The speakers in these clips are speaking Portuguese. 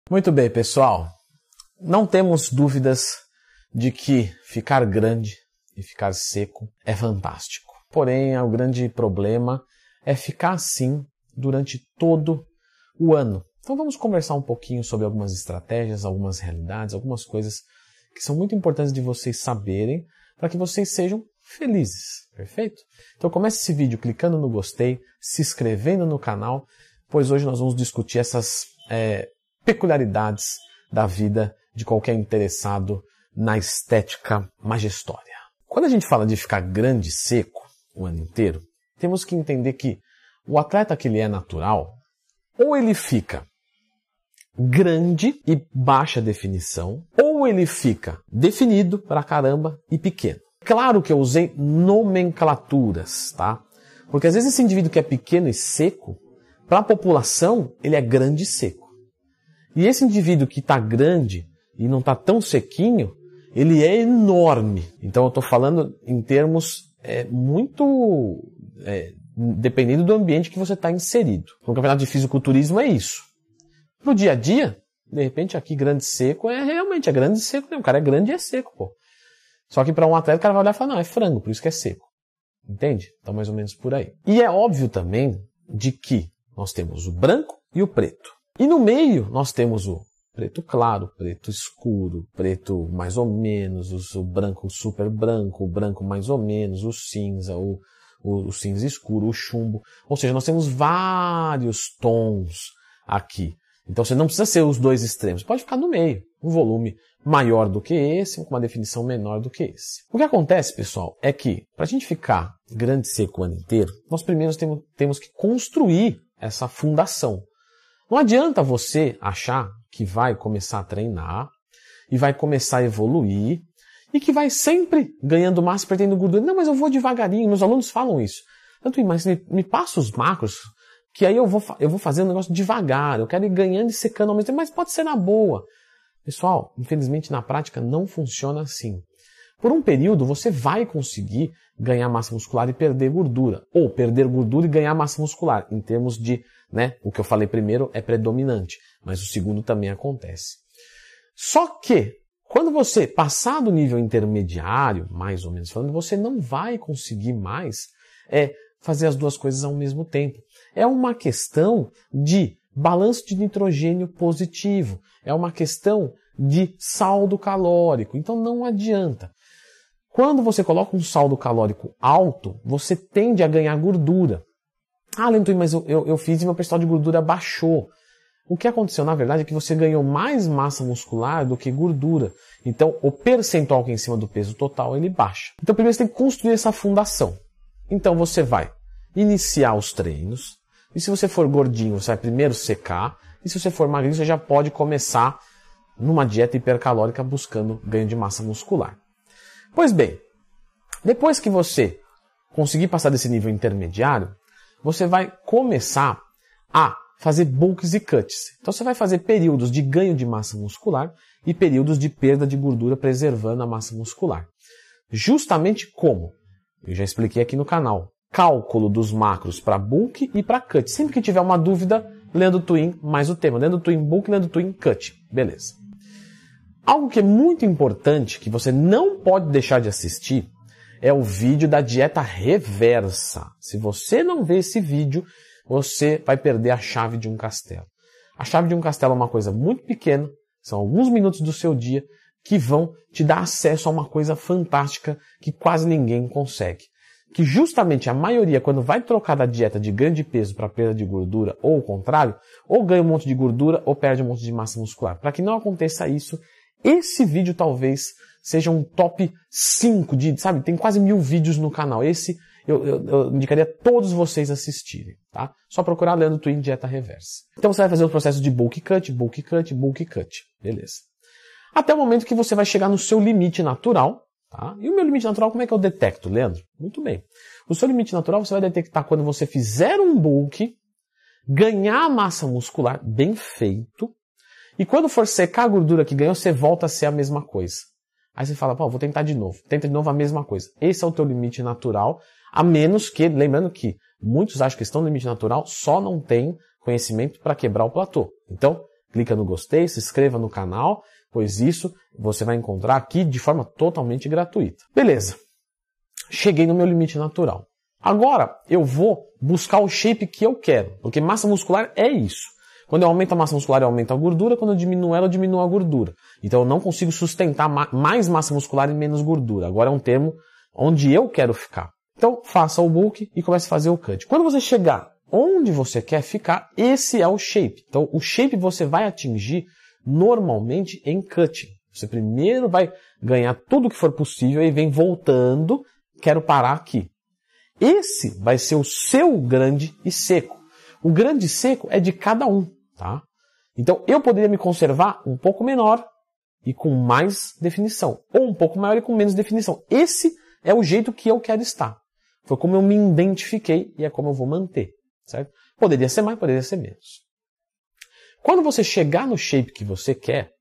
Muito bem, pessoal. Não temos dúvidas de que ficar grande e ficar seco é fantástico. Porém, o grande problema é ficar assim durante todo o ano. Então vamos conversar um pouquinho sobre algumas estratégias, algumas realidades, algumas coisas que são muito importantes de vocês saberem para que vocês sejam felizes, perfeito? Então comece esse vídeo clicando no gostei, se inscrevendo no canal, pois hoje nós vamos discutir essas peculiaridades da vida de qualquer interessado na estética majestória. Quando a gente fala de ficar grande e seco o ano inteiro, temos que entender que o atleta que ele é natural, ou ele fica grande e baixa definição, ou ele fica definido pra caramba e pequeno. Claro que eu usei nomenclaturas, tá? Porque às vezes esse indivíduo que é pequeno e seco, para a população, ele é grande e seco. E esse indivíduo que está grande e não está tão sequinho, ele é enorme. Então eu estou falando em termos dependendo do ambiente que você está inserido. No campeonato de fisiculturismo é isso. No dia a dia, de repente aqui grande e seco realmente é grande e seco mesmo. O cara é grande e é seco, pô. Só que para um atleta o cara vai olhar e falar, não, é frango, por isso que é seco. Entende? Então mais ou menos por aí. E é óbvio também de que nós temos o branco e o preto. E no meio nós temos o preto claro, preto escuro, preto mais ou menos, o branco super branco, o branco mais ou menos, o cinza, o cinza escuro, o chumbo. Ou seja, nós temos vários tons aqui. Então você não precisa ser os dois extremos, pode ficar no meio, um volume maior do que esse, com uma definição menor do que esse. O que acontece, pessoal, é que para a gente ficar grande e seco o ano inteiro, nós primeiro temos que construir essa fundação. Não adianta você achar que vai começar a treinar e vai começar a evoluir e que vai sempre ganhando massa, perdendo gordura. Não, mas eu vou devagarinho, meus alunos falam isso. Tanto, mas me passa os macros, que aí eu vou fazer um negócio devagar, eu quero ir ganhando e secando ao mesmo tempo, mas pode ser na boa. Pessoal, infelizmente na prática não funciona assim. Por um período você vai conseguir ganhar massa muscular e perder gordura, ou perder gordura e ganhar massa muscular, em termos de, o que eu falei primeiro é predominante, mas o segundo também acontece. Só que, quando você passar do nível intermediário, mais ou menos falando, você não vai conseguir mais fazer as duas coisas ao mesmo tempo. É uma questão de balanço de nitrogênio positivo. É uma questão de saldo calórico. Então não adianta. Quando você coloca um saldo calórico alto, você tende a ganhar gordura. Ah, Lentuí, mas eu fiz e meu percentual de gordura baixou. O que aconteceu, na verdade, é que você ganhou mais massa muscular do que gordura. Então, o percentual que é em cima do peso total, ele baixa. Então, primeiro você tem que construir essa fundação. Então, você vai iniciar os treinos. E se você for gordinho, você vai primeiro secar. E se você for magrinho, você já pode começar numa dieta hipercalórica buscando ganho de massa muscular. Pois bem, depois que você conseguir passar desse nível intermediário, você vai começar a fazer bulks e cuts. Então você vai fazer períodos de ganho de massa muscular e períodos de perda de gordura preservando a massa muscular. Justamente como? Eu já expliquei aqui no canal. Cálculo dos macros para bulk e para cut. Sempre que tiver uma dúvida, Leandro Twin mais o tema. Leandro Twin bulk, Leandro Twin cut. Beleza. Algo que é muito importante, que você não pode deixar de assistir, é o vídeo da dieta reversa. Se você não ver esse vídeo, você vai perder a chave de um castelo. A chave de um castelo é uma coisa muito pequena, são alguns minutos do seu dia que vão te dar acesso a uma coisa fantástica que quase ninguém consegue. Que justamente a maioria, quando vai trocar da dieta de ganho de peso para perda de gordura, ou o contrário, ou ganha um monte de gordura ou perde um monte de massa muscular. Para que não aconteça isso, esse vídeo talvez seja um top 5 tem quase 1000 vídeos no canal. Esse eu indicaria todos vocês assistirem, tá? Só procurar Leandro Twin dieta reversa. Então você vai fazer o processo de bulk cut, bulk cut, bulk cut. Beleza. Até o momento que você vai chegar no seu limite natural, tá? E o meu limite natural, como é que eu detecto, Leandro? Muito bem. O seu limite natural você vai detectar quando você fizer um bulk, ganhar massa muscular bem feito, e quando for secar a gordura que ganhou, você volta a ser a mesma coisa. Aí você fala, vou tentar de novo. Tenta de novo a mesma coisa. Esse é o teu limite natural, a menos que, lembrando que muitos acham que estão no limite natural, só não tem conhecimento para quebrar o platô. Então, clica no gostei, se inscreva no canal, pois isso você vai encontrar aqui de forma totalmente gratuita. Beleza, cheguei no meu limite natural. Agora eu vou buscar o shape que eu quero, porque massa muscular é isso. Quando eu aumento a massa muscular, eu aumento a gordura, quando eu diminuo ela, eu diminuo a gordura. Então eu não consigo sustentar mais massa muscular e menos gordura. Agora é um termo onde eu quero ficar. Então faça o bulk e comece a fazer o cut. Quando você chegar onde você quer ficar, esse é o shape. Então o shape você vai atingir normalmente em cutting. Você primeiro vai ganhar tudo que for possível e vem voltando, quero parar aqui. Esse vai ser o seu grande e seco. O grande e seco é de cada um, tá? Então eu poderia me conservar um pouco menor e com mais definição, ou um pouco maior e com menos definição. Esse é o jeito que eu quero estar. Foi como eu me identifiquei e é como eu vou manter, certo? Poderia ser mais, poderia ser menos. Quando você chegar no shape que você quer,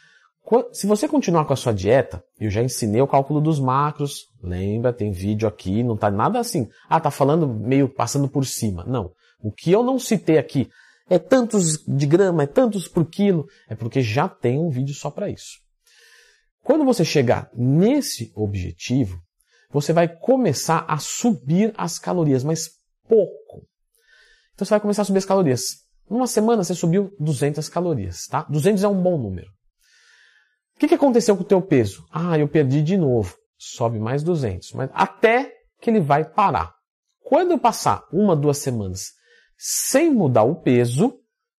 se você continuar com a sua dieta, eu já ensinei o cálculo dos macros, lembra, tem vídeo aqui, não tá nada assim, tá falando meio passando por cima. Não, o que eu não citei aqui é tantos de grama, é tantos por quilo, é porque já tem um vídeo só para isso. Quando você chegar nesse objetivo, você vai começar a subir as calorias, mas pouco. Então você vai começar a subir as calorias. Numa semana você subiu 200 calorias, tá? 200 é um bom número. O que aconteceu com o teu peso? Eu perdi de novo. Sobe mais 200, mas até que ele vai parar. Quando eu passar 1, 2 semanas sem mudar o peso,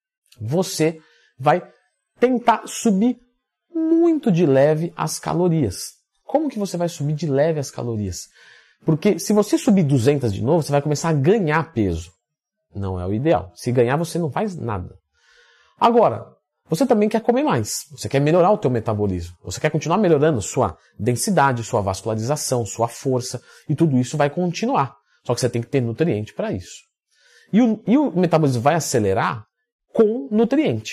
você vai tentar subir muito de leve as calorias. Como que você vai subir de leve as calorias? Porque se você subir 200 de novo, você vai começar a ganhar peso. Não é o ideal. Se ganhar, você não faz nada. Agora, você também quer comer mais. Você quer melhorar o teu metabolismo. Você quer continuar melhorando sua densidade, sua vascularização, sua força. E tudo isso vai continuar. Só que você tem que ter nutriente para isso. E o metabolismo vai acelerar com nutriente.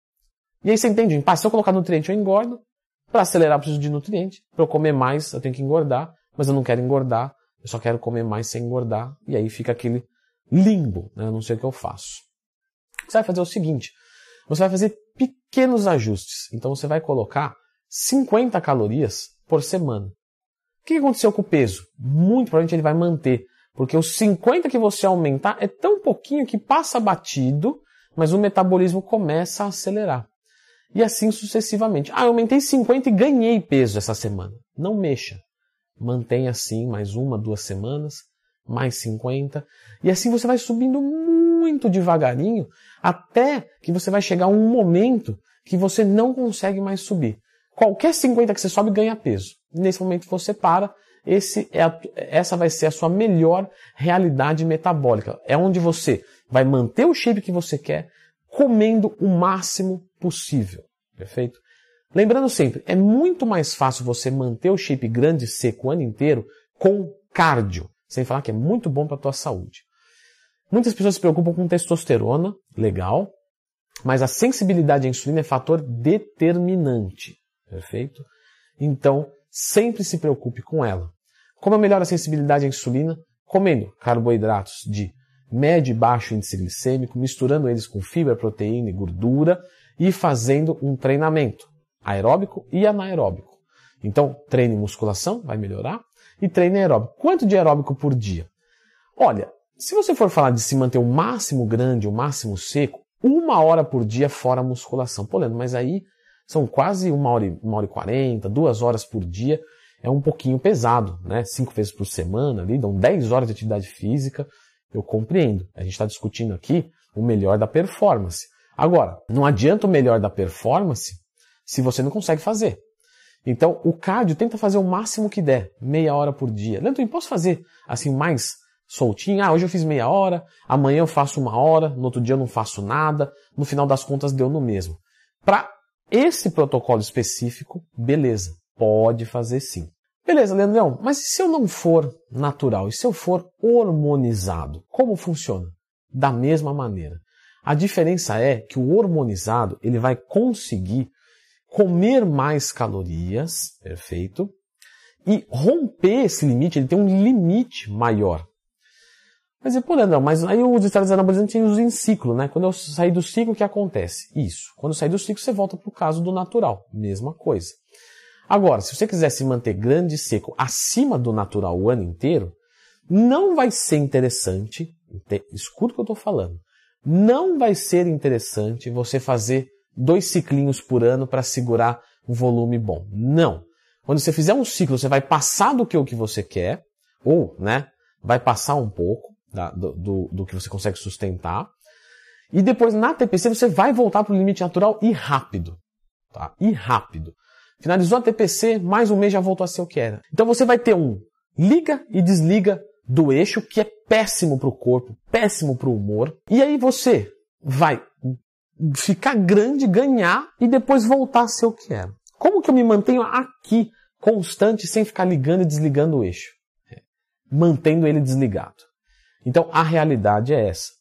E aí você entende? Se eu colocar nutriente, eu engordo. Para acelerar, eu preciso de nutriente. Para eu comer mais, eu tenho que engordar. Mas eu não quero engordar. Eu só quero comer mais sem engordar. E aí fica aquele limbo. Né? Eu não sei o que eu faço. Você vai fazer o seguinte. Você vai fazer pequenos ajustes. Então você vai colocar 50 calorias por semana. O que aconteceu com o peso? Muito provavelmente ele vai manter. Porque os 50 que você aumentar é tão pouquinho que passa batido, mas o metabolismo começa a acelerar. E assim sucessivamente. Eu aumentei 50 e ganhei peso essa semana. Não mexa. Mantenha assim mais 1, 2 semanas, mais 50. E assim você vai subindo muito devagarinho, até que você vai chegar a um momento que você não consegue mais subir. Qualquer 50 que você sobe ganha peso. Nesse momento você para. Essa vai ser a sua melhor realidade metabólica. É onde você vai manter o shape que você quer, comendo o máximo possível. Perfeito? Lembrando sempre, é muito mais fácil você manter o shape grande e seco o ano inteiro com cardio. Sem falar que é muito bom para a tua saúde. Muitas pessoas se preocupam com testosterona, legal, mas a sensibilidade à insulina é fator determinante. Perfeito? Então, sempre se preocupe com ela. Como eu melhoro a sensibilidade à insulina? Comendo carboidratos de médio e baixo índice glicêmico, misturando eles com fibra, proteína e gordura e fazendo um treinamento aeróbico e anaeróbico. Então, treine musculação, vai melhorar, e treine aeróbico. Quanto de aeróbico por dia? Olha, se você for falar de se manter o máximo grande, o máximo seco, 1 hora por dia fora a musculação. Pô, Leandro, mas aí são quase 1 hora e 40, 2 horas por dia, é um pouquinho pesado, né? 5 vezes por semana, ali, dão 10 horas de atividade física, eu compreendo. A gente está discutindo aqui o melhor da performance. Agora, não adianta o melhor da performance se você não consegue fazer. Então, o cardio tenta fazer o máximo que der, meia hora por dia. Leandro, eu posso fazer assim mais soltinho? Hoje eu fiz meia hora, amanhã eu faço 1 hora, no outro dia eu não faço nada, no final das contas deu no mesmo. Para esse protocolo específico, beleza, pode fazer sim. Beleza, Leandrão, mas e se eu não for natural? E se eu for hormonizado? Como funciona? Da mesma maneira. A diferença é que o hormonizado, ele vai conseguir comer mais calorias, perfeito, e romper esse limite, ele tem um limite maior. Mas pô, Leandrão, mas aí os esteroides anabolizantes tem uso em ciclo, né? Quando eu sair do ciclo, o que acontece? Isso. Quando eu sair do ciclo, você volta pro caso do natural. Mesma coisa. Agora, se você quiser se manter grande e seco acima do natural o ano inteiro, não vai ser interessante, escuta o que eu estou falando, não vai ser interessante você fazer 2 ciclinhos por ano para segurar um volume bom. Não. Quando você fizer um ciclo, você vai passar do que você quer, ou, né, vai passar um pouco do que você consegue sustentar, e depois na TPC você vai voltar para o limite natural e rápido. Tá? E rápido. Finalizou a TPC, mais um mês já voltou a ser o que era. Então você vai ter um liga e desliga do eixo, que é péssimo para o corpo, péssimo para o humor. E aí você vai ficar grande, ganhar e depois voltar a ser o que era. Como que eu me mantenho aqui, constante, sem ficar ligando e desligando o eixo? Mantendo ele desligado. Então a realidade é essa.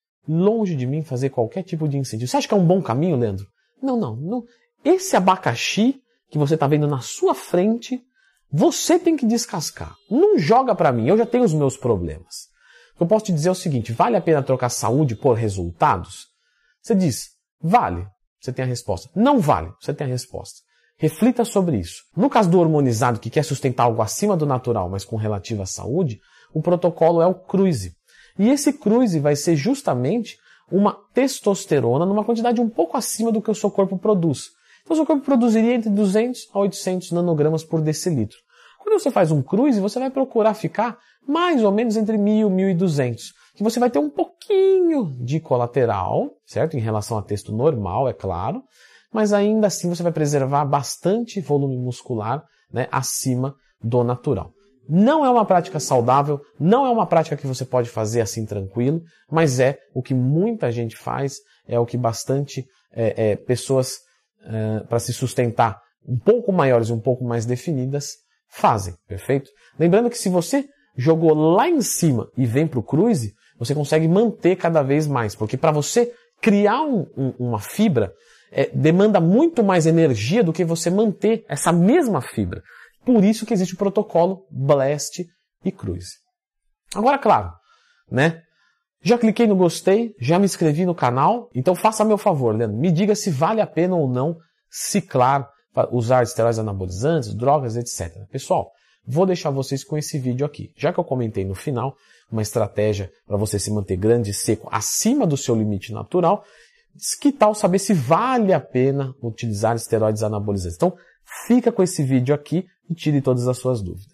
Longe de mim fazer qualquer tipo de incentivo. Você acha que é um bom caminho, Leandro? Não. Esse abacaxi que você está vendo na sua frente, você tem que descascar. Não joga para mim, eu já tenho os meus problemas. O que eu posso te dizer é o seguinte, vale a pena trocar saúde por resultados? Você diz, vale, você tem a resposta. Não vale, você tem a resposta. Reflita sobre isso. No caso do hormonizado que quer sustentar algo acima do natural, mas com relativa saúde, o protocolo é o cruise. E esse cruise vai ser justamente uma testosterona numa quantidade um pouco acima do que o seu corpo produz. Então o seu corpo produziria entre 200 a 800 nanogramas por decilitro. Quando você faz um cruise, você vai procurar ficar mais ou menos entre 1.000 e 1.200. Que você vai ter um pouquinho de colateral, certo? Em relação a texto normal, é claro. Mas ainda assim você vai preservar bastante volume muscular, né, acima do natural. Não é uma prática saudável, não é uma prática que você pode fazer assim tranquilo, mas é o que muita gente faz, é o que bastante pessoas para se sustentar um pouco maiores e um pouco mais definidas fazem, perfeito? Lembrando que se você jogou lá em cima e vem para o cruise, você consegue manter cada vez mais, porque para você criar uma fibra demanda muito mais energia do que você manter essa mesma fibra. Por isso que existe o protocolo Blast e Cruise. Agora, claro, né? Já cliquei no gostei, já me inscrevi no canal, então faça meu favor, Leandro, me diga se vale a pena ou não ciclar, usar esteroides anabolizantes, drogas, etc. Pessoal, vou deixar vocês com esse vídeo aqui. Já que eu comentei no final uma estratégia para você se manter grande e seco acima do seu limite natural, que tal saber se vale a pena utilizar esteroides anabolizantes? Então, fica com esse vídeo aqui e tire todas as suas dúvidas.